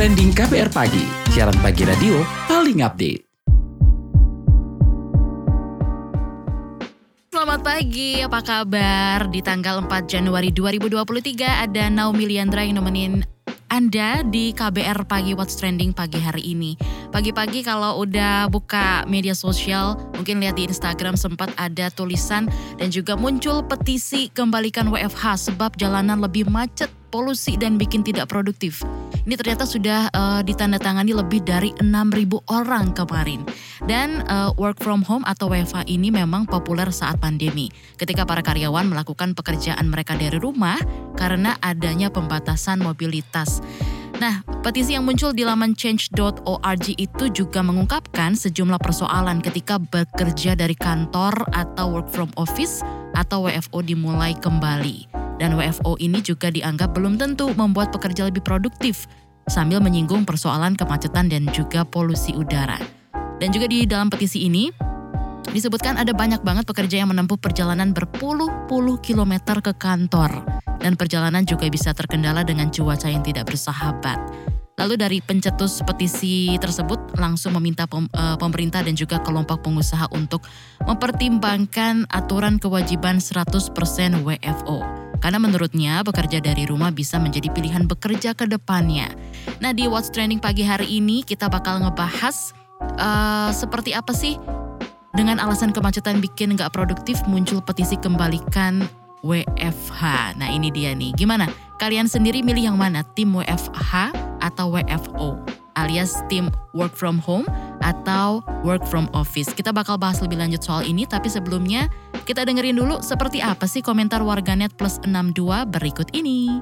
Trending KBR Pagi, siaran pagi radio paling update. Selamat pagi, apa kabar? Di tanggal 4 Januari 2023 ada Naomi Liandra yang nemenin Anda di KBR Pagi What's Trending pagi hari ini. Pagi-pagi kalau udah buka media sosial, mungkin lihat di Instagram sempat ada tulisan dan juga muncul petisi kembalikan WFH sebab jalanan lebih macet, polusi dan bikin tidak produktif. Ini ternyata sudah ditandatangani lebih dari 6.000 orang kemarin. Dan work from home atau WFH ini memang populer saat pandemi. Ketika para karyawan melakukan pekerjaan mereka dari rumah karena adanya pembatasan mobilitas. Nah, petisi yang muncul di laman change.org itu juga mengungkapkan sejumlah persoalan ketika bekerja dari kantor atau work from office atau WFO dimulai kembali. Dan WFO ini juga dianggap belum tentu membuat pekerja lebih produktif, sambil menyinggung persoalan kemacetan dan juga polusi udara. Dan juga di dalam petisi ini, disebutkan ada banyak banget pekerja yang menempuh perjalanan berpuluh-puluh kilometer ke kantor. Dan perjalanan juga bisa terkendala dengan cuaca yang tidak bersahabat. Lalu dari pencetus petisi tersebut langsung meminta pemerintah dan juga kelompok pengusaha untuk mempertimbangkan aturan kewajiban 100% WFO. Karena menurutnya bekerja dari rumah bisa menjadi pilihan bekerja ke depannya. Nah, di What's Trending pagi hari ini kita bakal ngebahas seperti apa sih dengan alasan kemacetan bikin gak produktif muncul petisi kembalikan WFH. Nah, ini dia nih. Gimana? Kalian sendiri milih yang mana? Tim WFH atau WFO? Alias tim work from home atau work from office. Kita bakal bahas lebih lanjut soal ini, tapi sebelumnya kita dengerin dulu seperti apa sih komentar warganet plus 62 berikut ini.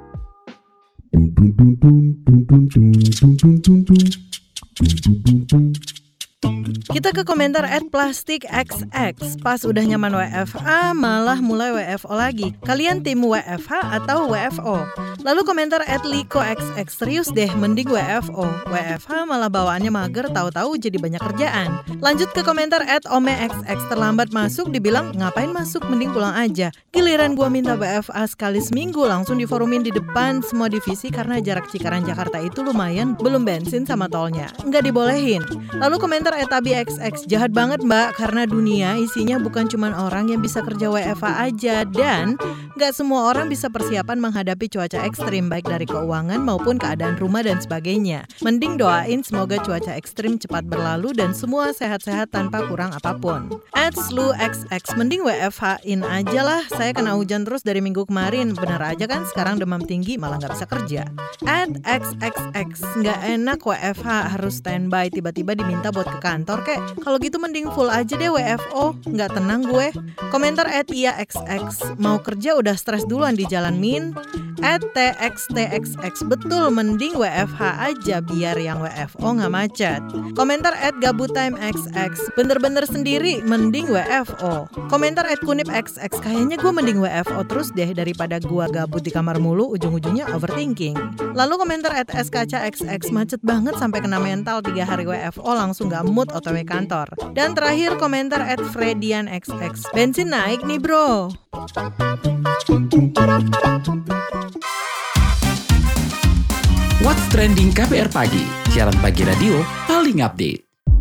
Kita ke komentar @plastikxx. Pas udah nyaman WFA malah mulai WFO lagi. Kalian tim WFH atau WFO? Lalu komentar @likoxx. Serius deh, mending WFO. WFH malah bawaannya mager, tahu-tahu jadi banyak kerjaan. Lanjut ke komentar @omexx. Terlambat masuk dibilang ngapain masuk, mending pulang aja. Giliran gua minta WFA sekali seminggu langsung diforumin di depan semua divisi karena jarak Cikarang Jakarta itu lumayan, belum bensin sama tolnya. Nggak dibolehin. Lalu komentar @abixx. Jahat banget mbak, karena dunia isinya bukan cuma orang yang bisa kerja WFA aja. Dan gak semua orang bisa persiapan menghadapi cuaca ekstrim, baik dari keuangan maupun keadaan rumah dan sebagainya. Mending doain semoga cuaca ekstrim cepat berlalu dan semua sehat-sehat tanpa kurang apapun. @sluxx. Mending WFH-in aja lah, saya kena hujan terus dari minggu kemarin. Bener aja kan sekarang demam tinggi malah gak bisa kerja. @xxx. Gak enak WFH, harus standby, tiba-tiba diminta buat ke kantor kek. Kalau gitu mending full aja deh WFO, nggak tenang gue. Komentar @iaxx. Mau kerja udah stres duluan di jalan min. @txtxx. Betul, mending WFH aja biar yang WFO nggak macet. Komentar @gabutimexx. Bener-bener sendiri, mending WFO. Komentar @kunipxx. Kayaknya gue mending WFO terus deh daripada gue gabut di kamar mulu, ujung-ujungnya overthinking. Lalu komentar @skcxx. Macet banget sampai kena mental 3 hari WFO langsung gak mood OTW kantor. Dan terakhir komentar @fredianxx. Bensin naik nih bro. What's Trending KBR Pagi, siaran pagi radio paling update.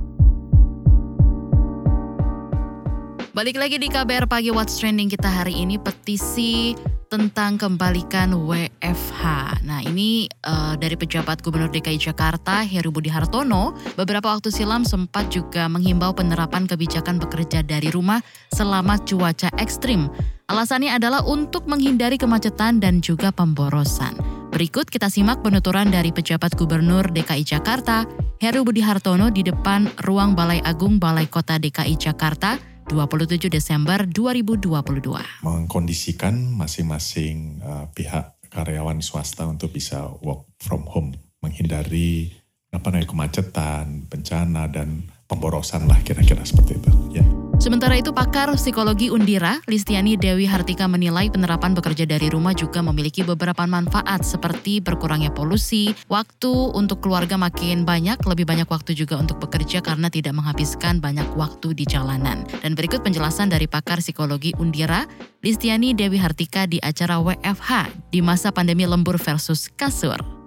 Balik lagi di KBR Pagi What's Trending kita hari ini, petisi tentang kembalikan WFH. Nah, ini dari pejabat Gubernur DKI Jakarta Heru Budi Hartono beberapa waktu silam sempat juga menghimbau penerapan kebijakan bekerja dari rumah selama cuaca ekstrim. Alasannya adalah untuk menghindari kemacetan dan juga pemborosan. Berikut kita simak penuturan dari pejabat Gubernur DKI Jakarta Heru Budi Hartono di depan ruang Balai Agung Balai Kota DKI Jakarta 27 Desember 2022. Mengkondisikan masing-masing pihak karyawan swasta untuk bisa work from home, menghindari kemacetan, bencana dan pemborosan lah, kira-kira seperti itu. Ya. Sementara itu pakar psikologi Undira, Listiani Dewi Hartika menilai penerapan bekerja dari rumah juga memiliki beberapa manfaat seperti berkurangnya polusi, waktu untuk keluarga makin banyak, lebih banyak waktu juga untuk bekerja karena tidak menghabiskan banyak waktu di jalanan. Dan berikut penjelasan dari pakar psikologi Undira, Listiani Dewi Hartika di acara WFH di masa pandemi lembur versus kasur.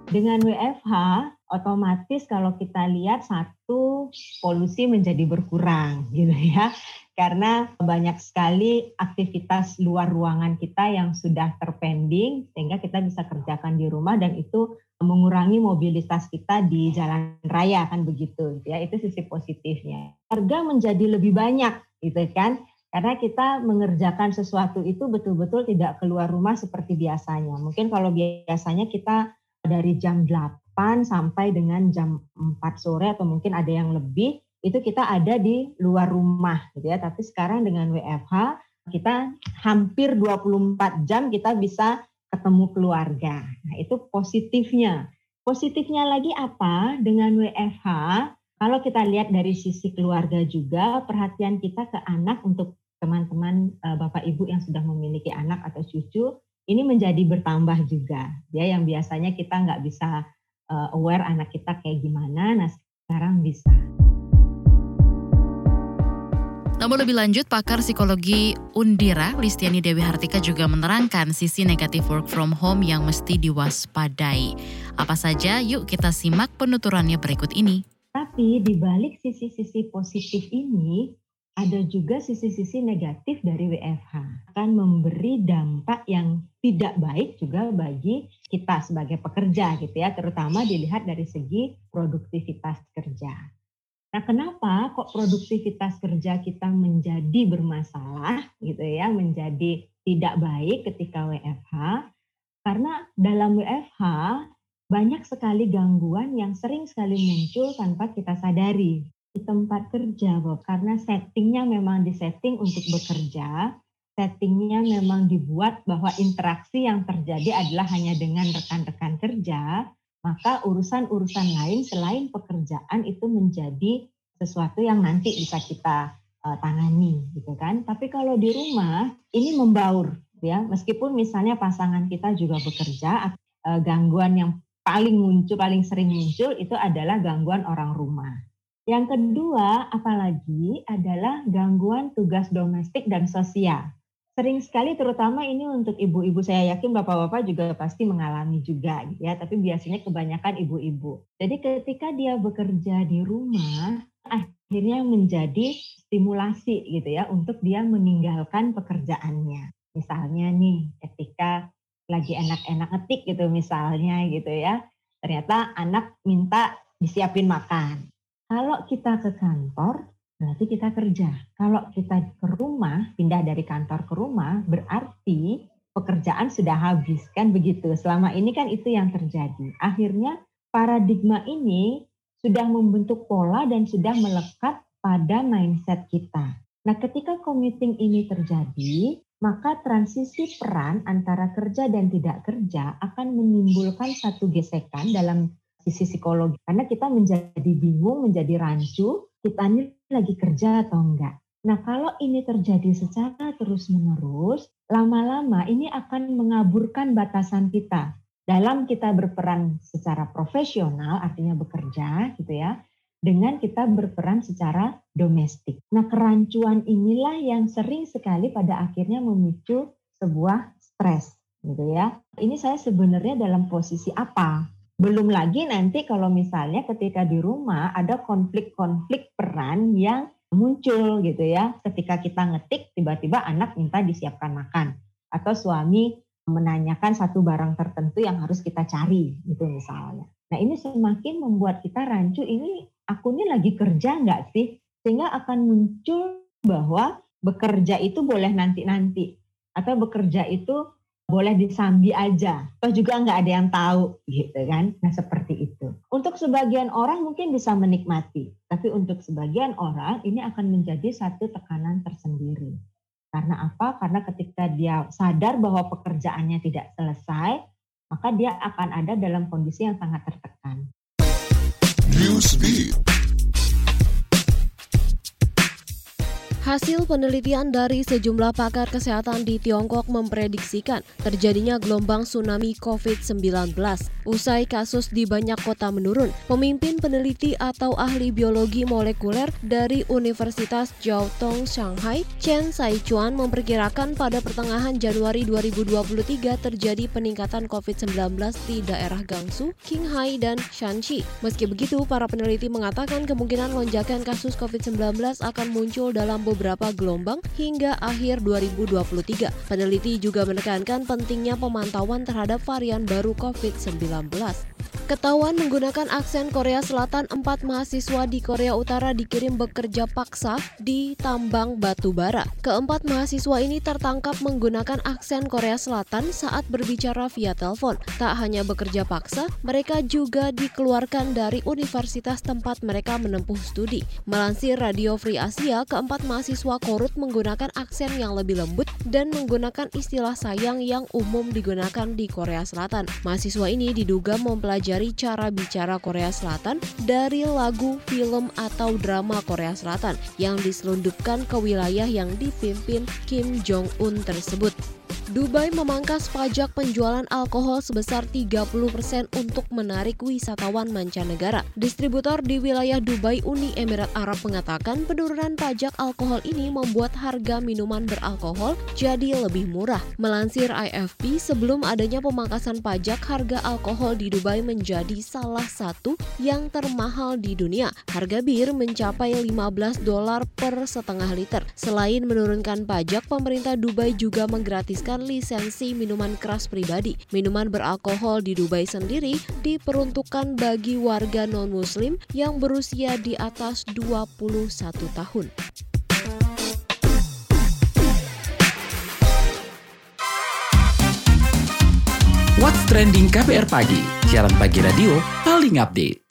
Dengan WFH, otomatis kalau kita lihat satu, polusi menjadi berkurang gitu ya. Karena banyak sekali aktivitas luar ruangan kita yang sudah terpending sehingga kita bisa kerjakan di rumah dan itu mengurangi mobilitas kita di jalan raya kan begitu ya. Itu sisi positifnya. Harga menjadi lebih banyak gitu kan. Karena kita mengerjakan sesuatu itu betul-betul tidak keluar rumah seperti biasanya. Mungkin kalau biasanya kita dari jam 8 sampai dengan jam 4 sore atau mungkin ada yang lebih, itu kita ada di luar rumah gitu ya. Tapi sekarang dengan WFH kita hampir 24 jam kita bisa ketemu keluarga. Nah, itu positifnya. Positifnya lagi apa? Dengan WFH, kalau kita lihat dari sisi keluarga juga, perhatian kita ke anak untuk teman-teman Bapak Ibu yang sudah memiliki anak atau cucu, ini menjadi bertambah juga. Ya, yang biasanya kita nggak bisa aware anak kita kayak gimana, nah sekarang bisa. Namun lebih lanjut, pakar psikologi Undira, Listiani Dewi Hartika juga menerangkan sisi negatif work from home yang mesti diwaspadai. Apa saja? Yuk kita simak penuturannya berikut ini. Tapi di balik sisi-sisi positif ini, ada juga sisi-sisi negatif dari WFH. Akan memberi dampak yang tidak baik juga bagi kita sebagai pekerja gitu ya, terutama dilihat dari segi produktivitas kerja. Nah, kenapa kok produktivitas kerja kita menjadi bermasalah gitu ya, menjadi tidak baik ketika WFH? Karena dalam WFH banyak sekali gangguan yang sering sekali muncul tanpa kita sadari. Di tempat kerja, Bob, karena settingnya memang disetting untuk bekerja, settingnya memang dibuat bahwa interaksi yang terjadi adalah hanya dengan rekan-rekan kerja, maka urusan-urusan lain selain pekerjaan itu menjadi sesuatu yang nanti bisa kita tangani, gitu kan. Tapi kalau di rumah, ini membaur, ya, meskipun misalnya pasangan kita juga bekerja, gangguan yang paling sering muncul itu adalah gangguan orang rumah. Yang kedua, apalagi adalah gangguan tugas domestik dan sosial. Sering sekali, terutama ini untuk ibu-ibu, saya yakin bapak-bapak juga pasti mengalami juga, ya. Tapi biasanya kebanyakan ibu-ibu. Jadi ketika dia bekerja di rumah, akhirnya menjadi stimulasi gitu ya untuk dia meninggalkan pekerjaannya. Misalnya nih, ketika lagi enak-enak ngetik gitu misalnya gitu ya, ternyata anak minta disiapin makan. Kalau kita ke kantor, berarti kita kerja. Kalau kita ke rumah, pindah dari kantor ke rumah, berarti pekerjaan sudah habis, kan begitu. Selama ini kan itu yang terjadi. Akhirnya paradigma ini sudah membentuk pola dan sudah melekat pada mindset kita. Nah, ketika commuting ini terjadi, maka transisi peran antara kerja dan tidak kerja akan menimbulkan satu gesekan dalam sisi psikologi, karena kita menjadi bingung, menjadi rancu, kita ini lagi kerja atau enggak. Nah, kalau ini terjadi secara terus-menerus, lama-lama ini akan mengaburkan batasan kita dalam kita berperan secara profesional, artinya bekerja gitu ya, dengan kita berperan secara domestik. Nah, kerancuan inilah yang sering sekali pada akhirnya memicu sebuah stres gitu ya. Ini saya sebenarnya dalam posisi apa? Belum lagi nanti kalau misalnya ketika di rumah ada konflik-konflik peran yang muncul gitu ya. Ketika kita ngetik, tiba-tiba anak minta disiapkan makan. Atau suami menanyakan satu barang tertentu yang harus kita cari gitu misalnya. Nah, ini semakin membuat kita rancu, ini aku ini lagi kerja nggak sih? Sehingga akan muncul bahwa bekerja itu boleh nanti-nanti. Atau bekerja itu boleh disambi aja, toh juga nggak ada yang tahu gitu kan. Nah, seperti itu. Untuk sebagian orang mungkin bisa menikmati, tapi untuk sebagian orang ini akan menjadi satu tekanan tersendiri. Karena apa? Karena ketika dia sadar bahwa pekerjaannya tidak selesai, maka dia akan ada dalam kondisi yang sangat tertekan. Hasil penelitian dari sejumlah pakar kesehatan di Tiongkok memprediksikan terjadinya gelombang tsunami COVID-19. Usai kasus di banyak kota menurun, pemimpin peneliti atau ahli biologi molekuler dari Universitas Jiao Tong Shanghai, Chen Saichuan, memperkirakan pada pertengahan Januari 2023 terjadi peningkatan COVID-19 di daerah Gansu, Qinghai, dan Shanxi. Meski begitu, para peneliti mengatakan kemungkinan lonjakan kasus COVID-19 akan muncul dalam beberapa gelombang hingga akhir 2023. Peneliti juga menekankan pentingnya pemantauan terhadap varian baru COVID-19. Ketahuan menggunakan aksen Korea Selatan, 4 mahasiswa di Korea Utara dikirim bekerja paksa di tambang batu bara. Keempat mahasiswa ini tertangkap menggunakan aksen Korea Selatan saat berbicara via telepon. Tak hanya bekerja paksa, mereka juga dikeluarkan dari universitas tempat mereka menempuh studi. Melansir Radio Free Asia, keempat mahasiswa Korut menggunakan aksen yang lebih lembut dan menggunakan istilah sayang yang umum digunakan di Korea Selatan. Mahasiswa ini diduga mempelajari cara bicara Korea Selatan dari lagu, film, atau drama Korea Selatan yang diselundupkan ke wilayah yang dipimpin Kim Jong-un tersebut. Dubai memangkas pajak penjualan alkohol sebesar 30% untuk menarik wisatawan mancanegara. Distributor di wilayah Dubai, Uni Emirat Arab, mengatakan penurunan pajak alkohol ini membuat harga minuman beralkohol jadi lebih murah. Melansir AFP, sebelum adanya pemangkasan pajak, harga alkohol di Dubai menjadi salah satu yang termahal di dunia. Harga bir mencapai $15 per setengah liter. Selain menurunkan pajak, pemerintah Dubai juga menggratiskan lisensi minuman keras pribadi. Minuman beralkohol di Dubai sendiri diperuntukkan bagi warga non-muslim yang berusia di atas 21 tahun. What's Trending KBR Pagi, siaran pagi radio paling update.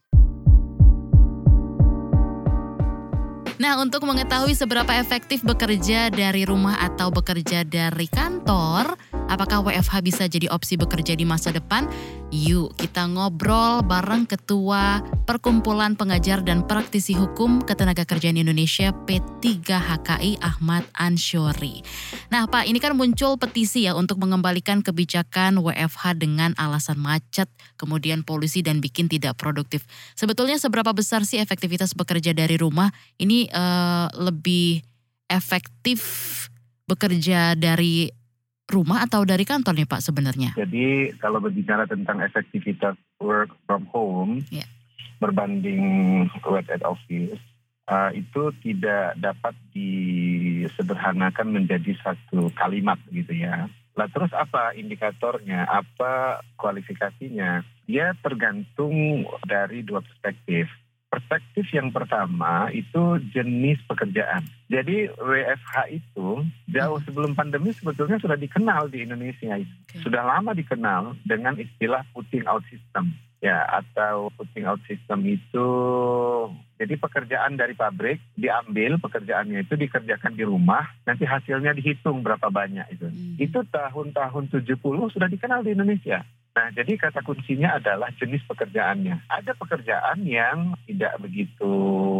Nah, untuk mengetahui seberapa efektif bekerja dari rumah atau bekerja dari kantor, apakah WFH bisa jadi opsi bekerja di masa depan? Yuk kita ngobrol bareng Ketua Perkumpulan Pengajar dan Praktisi Hukum Ketenagakerjaan Indonesia P3HKI Ahmad Ansyori. Nah Pak, ini kan muncul petisi ya untuk mengembalikan kebijakan WFH dengan alasan macet, kemudian polusi dan bikin tidak produktif. Sebetulnya seberapa besar sih efektivitas bekerja dari rumah? Ini lebih efektif bekerja dari rumah atau dari kantor nih Pak sebenarnya? Jadi kalau berbicara tentang efektivitas work from home berbanding work at office, itu tidak dapat disederhanakan menjadi satu kalimat gitu ya. Lah terus apa indikatornya, apa kualifikasinya? Dia tergantung dari dua perspektif. Perspektif yang pertama itu jenis pekerjaan. Jadi WFH itu jauh sebelum pandemi sebetulnya sudah dikenal di Indonesia. Sudah lama dikenal dengan istilah putting out system. Ya, atau putting out system itu jadi pekerjaan dari pabrik diambil, pekerjaannya itu dikerjakan di rumah, nanti hasilnya dihitung berapa banyak itu. Itu tahun-tahun 70 sudah dikenal di Indonesia. Nah, jadi kata kuncinya adalah jenis pekerjaannya. Ada pekerjaan yang tidak begitu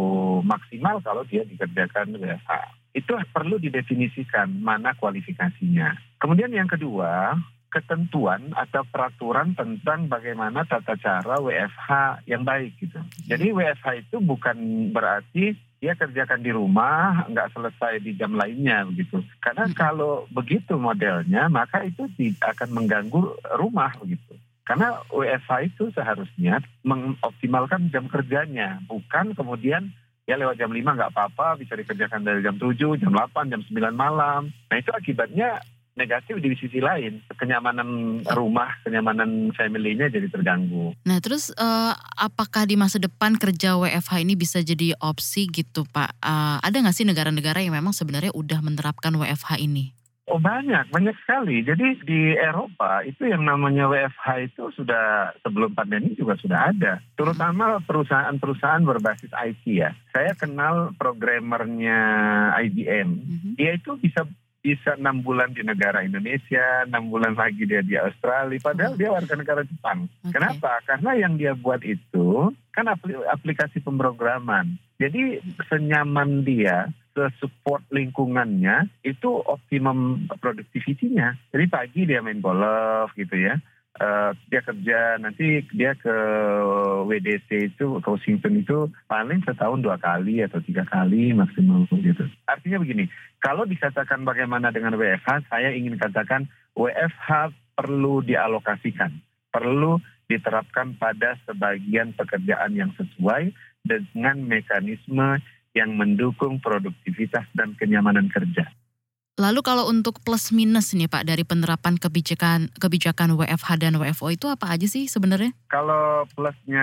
maksimal kalau dia dikerjakan WFH. Itu perlu didefinisikan mana kualifikasinya. Kemudian yang kedua, ketentuan atau peraturan tentang bagaimana tata cara WFH yang baik gitu. Jadi WFH itu bukan berarti dia kerjakan di rumah, nggak selesai di jam lainnya begitu. Karena kalau begitu modelnya, maka itu akan mengganggu rumah begitu. Karena WFH itu seharusnya mengoptimalkan jam kerjanya, bukan kemudian ya lewat jam 5 nggak apa-apa, bisa dikerjakan dari jam 7, jam 8, jam 9 malam. Nah itu akibatnya negatif di sisi lain, kenyamanan rumah, kenyamanan family-nya jadi terganggu. Nah terus apakah di masa depan kerja WFH ini bisa jadi opsi gitu Pak? Ada nggak sih negara-negara yang memang sebenarnya udah menerapkan WFH ini? Oh banyak sekali. Jadi di Eropa itu yang namanya WFH itu sudah sebelum pandemi juga sudah ada. Terutama perusahaan-perusahaan berbasis IT ya. Saya kenal programmernya IBM. Dia itu bisa 6 bulan di negara Indonesia, 6 bulan lagi dia di Australia, padahal dia warga negara Jepang. Kenapa? Karena yang dia buat itu kan aplikasi pemrograman. Jadi senyaman dia, support lingkungannya, itu optimum productivity-nya. Jadi pagi dia main golf gitu ya. Dia kerja, nanti dia ke WDC itu, ke Washington itu paling setahun 2 kali atau 3 kali maksimal gitu. Artinya begini, kalau dikatakan bagaimana dengan WFH, saya ingin katakan WFH perlu dialokasikan, perlu diterapkan pada sebagian pekerjaan yang sesuai dengan mekanisme yang mendukung produktivitas dan kenyamanan kerja. Lalu kalau untuk plus minus nih Pak dari penerapan kebijakan WFH dan WFO itu apa aja sih sebenarnya? Kalau plusnya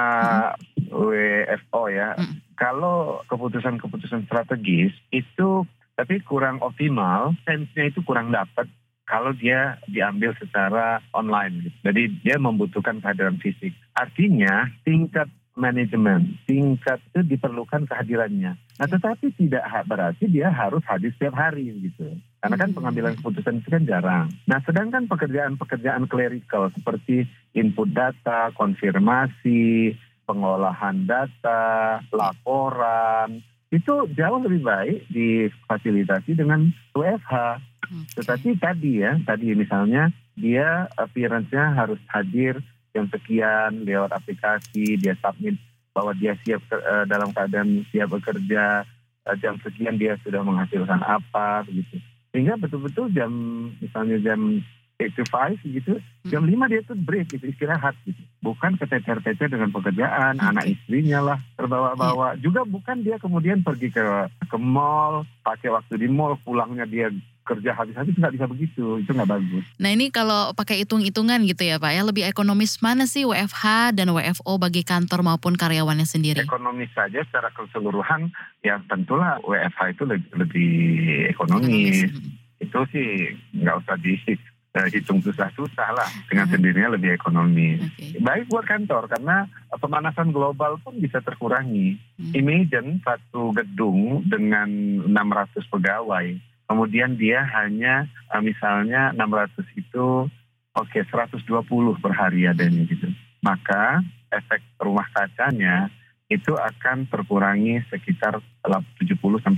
WFO ya, kalau keputusan-keputusan strategis itu tapi kurang optimal, sense-nya itu kurang dapat kalau dia diambil secara online. Jadi dia membutuhkan kehadiran fisik. Artinya tingkat manajemen, tingkat itu diperlukan kehadirannya. Nah tetapi tidak berarti dia harus hadir setiap hari gitu. Karena kan pengambilan keputusan itu kan jarang. Nah sedangkan pekerjaan clerical seperti input data, konfirmasi, pengolahan data, laporan, itu jauh lebih baik difasilitasi dengan WFH. Tetapi tadi misalnya dia appearance-nya harus hadir jam sekian lewat aplikasi, dia submit bahwa dia siap dalam keadaan siap bekerja, jam sekian dia sudah menghasilkan apa begitu. Sehingga betul-betul misalnya jam 8 to 5 gitu, jam 5 dia tuh break gitu, istirahat gitu. Bukan keteter-teter dengan pekerjaan, anak istrinya lah terbawa-bawa. Juga bukan dia kemudian pergi ke mall, pakai waktu di mall, pulangnya dia kerja habis-habis, nggak bisa begitu, itu nggak bagus. Nah ini kalau pakai hitung-hitungan gitu ya Pak ya, lebih ekonomis mana sih WFH dan WFO bagi kantor maupun karyawannya sendiri? Ekonomis saja secara keseluruhan, ya tentulah WFH itu lebih ekonomis. Itu sih nggak usah dihitung susah-susah lah, dengan sendirinya lebih ekonomis. Baik buat kantor, karena pemanasan global pun bisa terkurangi. Imagine satu gedung dengan 600 pegawai, kemudian dia hanya misalnya 600 itu 120 per hari adanya gitu. Maka efek rumah kacanya itu akan terkurangi sekitar 70-80%.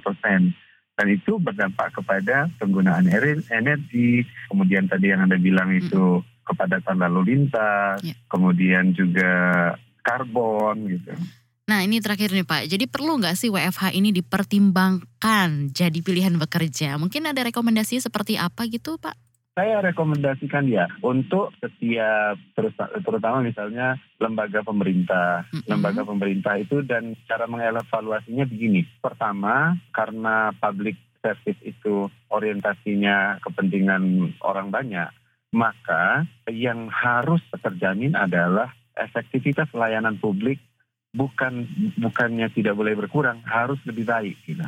Dan itu berdampak kepada penggunaan energi, kemudian tadi yang Anda bilang itu kepadatan lalu lintas, kemudian juga karbon gitu. Nah ini terakhir nih Pak, jadi perlu nggak sih WFH ini dipertimbangkan jadi pilihan bekerja? Mungkin ada rekomendasi seperti apa gitu Pak? Saya rekomendasikan ya untuk setiap, terutama misalnya lembaga pemerintah. Lembaga pemerintah itu dan cara mengevaluasinya begini. Pertama, karena public service itu orientasinya kepentingan orang banyak, maka yang harus terjamin adalah efektivitas layanan publik. Bukannya tidak boleh berkurang, harus lebih baik gitu.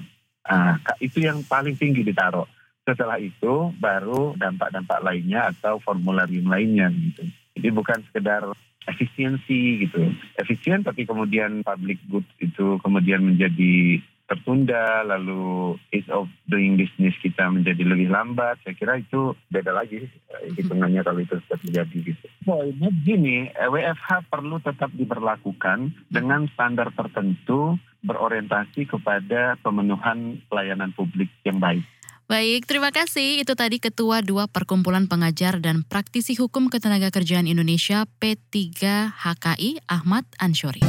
Itu yang paling tinggi ditaruh. Setelah itu baru dampak-dampak lainnya atau formularium lainnya gitu. Jadi bukan sekedar efisiensi gitu. Efisien tapi kemudian public goods itu kemudian menjadi tertunda, lalu ease of doing business kita menjadi lebih lambat. Saya kira itu beda lagi hitungannya kalau itu terjadi gitu. Poinnya begini, WFH perlu tetap diberlakukan dengan standar tertentu berorientasi kepada pemenuhan pelayanan publik yang baik. Baik, terima kasih. Itu tadi Ketua 2 Perkumpulan Pengajar dan Praktisi Hukum Ketenagakerjaan Indonesia P3HKI Ahmad Ansyori.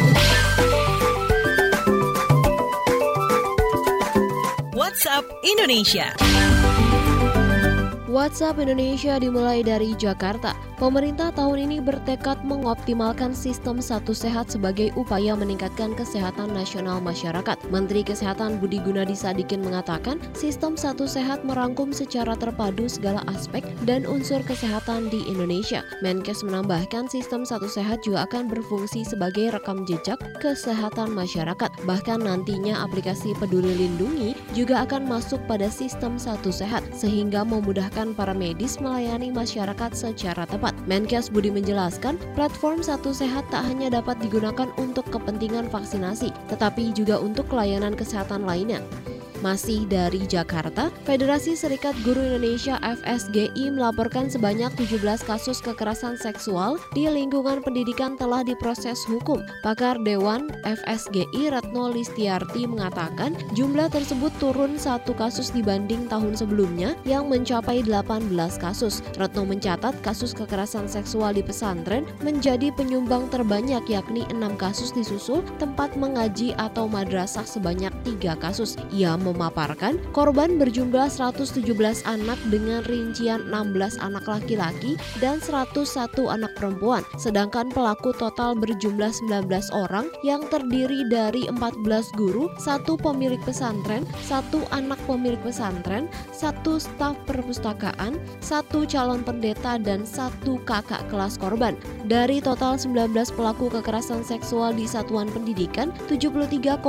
WhatsApp Indonesia. WhatsApp Indonesia dimulai dari Jakarta. Pemerintah tahun ini bertekad mengoptimalkan sistem Satu Sehat sebagai upaya meningkatkan kesehatan nasional masyarakat. Menteri Kesehatan Budi Gunadi Sadikin mengatakan, sistem Satu Sehat merangkum secara terpadu segala aspek dan unsur kesehatan di Indonesia. Menkes menambahkan sistem Satu Sehat juga akan berfungsi sebagai rekam jejak kesehatan masyarakat. Bahkan nantinya aplikasi Peduli Lindungi juga akan masuk pada sistem Satu Sehat, sehingga memudahkan para medis melayani masyarakat secara tepat. Menkes Budi menjelaskan, platform Satu Sehat tak hanya dapat digunakan untuk kepentingan vaksinasi, tetapi juga untuk layanan kesehatan lainnya. Masih dari Jakarta, Federasi Serikat Guru Indonesia FSGI melaporkan sebanyak 17 kasus kekerasan seksual di lingkungan pendidikan telah diproses hukum. Pakar Dewan FSGI Retno Listiarti mengatakan jumlah tersebut turun 1 kasus dibanding tahun sebelumnya yang mencapai 18 kasus. Retno mencatat kasus kekerasan seksual di pesantren menjadi penyumbang terbanyak yakni 6 kasus disusul tempat mengaji atau madrasah sebanyak 3 kasus. Ia memaparkan korban berjumlah 117 anak dengan rincian 16 anak laki-laki dan 101 anak perempuan. Sedangkan pelaku total berjumlah 19 orang yang terdiri dari 14 guru, 1 pemilik pesantren, 1 anak pemilik pesantren, 1 staf perpustakaan, 1 calon pendeta dan 1 kakak kelas korban. Dari total 19 pelaku kekerasan seksual di satuan pendidikan, 73,68%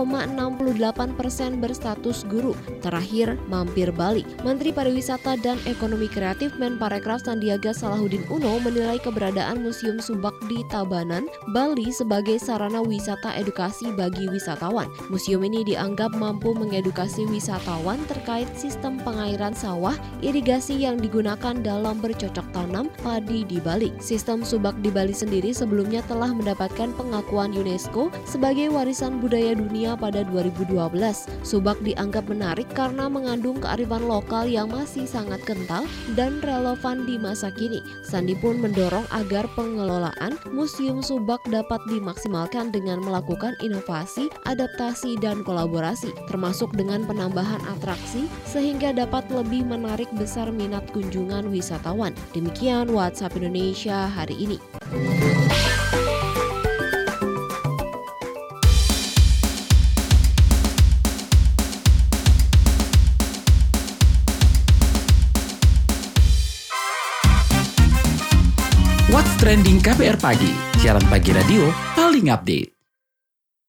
berstatus guru. Terakhir, mampir Bali. Menteri Pariwisata dan Ekonomi Kreatif Menparekraf Sandiaga Salahuddin Uno menilai keberadaan Museum Subak di Tabanan, Bali sebagai sarana wisata edukasi bagi wisatawan. Museum ini dianggap mampu mengedukasi wisatawan terkait sistem pengairan sawah, irigasi yang digunakan dalam bercocok tanam padi di Bali. Sistem Subak di Bali sendiri sebelumnya telah mendapatkan pengakuan UNESCO sebagai warisan budaya dunia pada 2012. Subak dianggap menarik karena mengandung kearifan lokal yang masih sangat kental dan relevan di masa kini. Sandi pun mendorong agar pengelolaan Museum Subak dapat dimaksimalkan dengan melakukan inovasi, adaptasi, dan kolaborasi, termasuk dengan penambahan atraksi sehingga dapat lebih menarik besar minat kunjungan wisatawan. Demikian WhatsApp Indonesia hari ini. What's Trending KBR Pagi, siaran pagi radio paling update.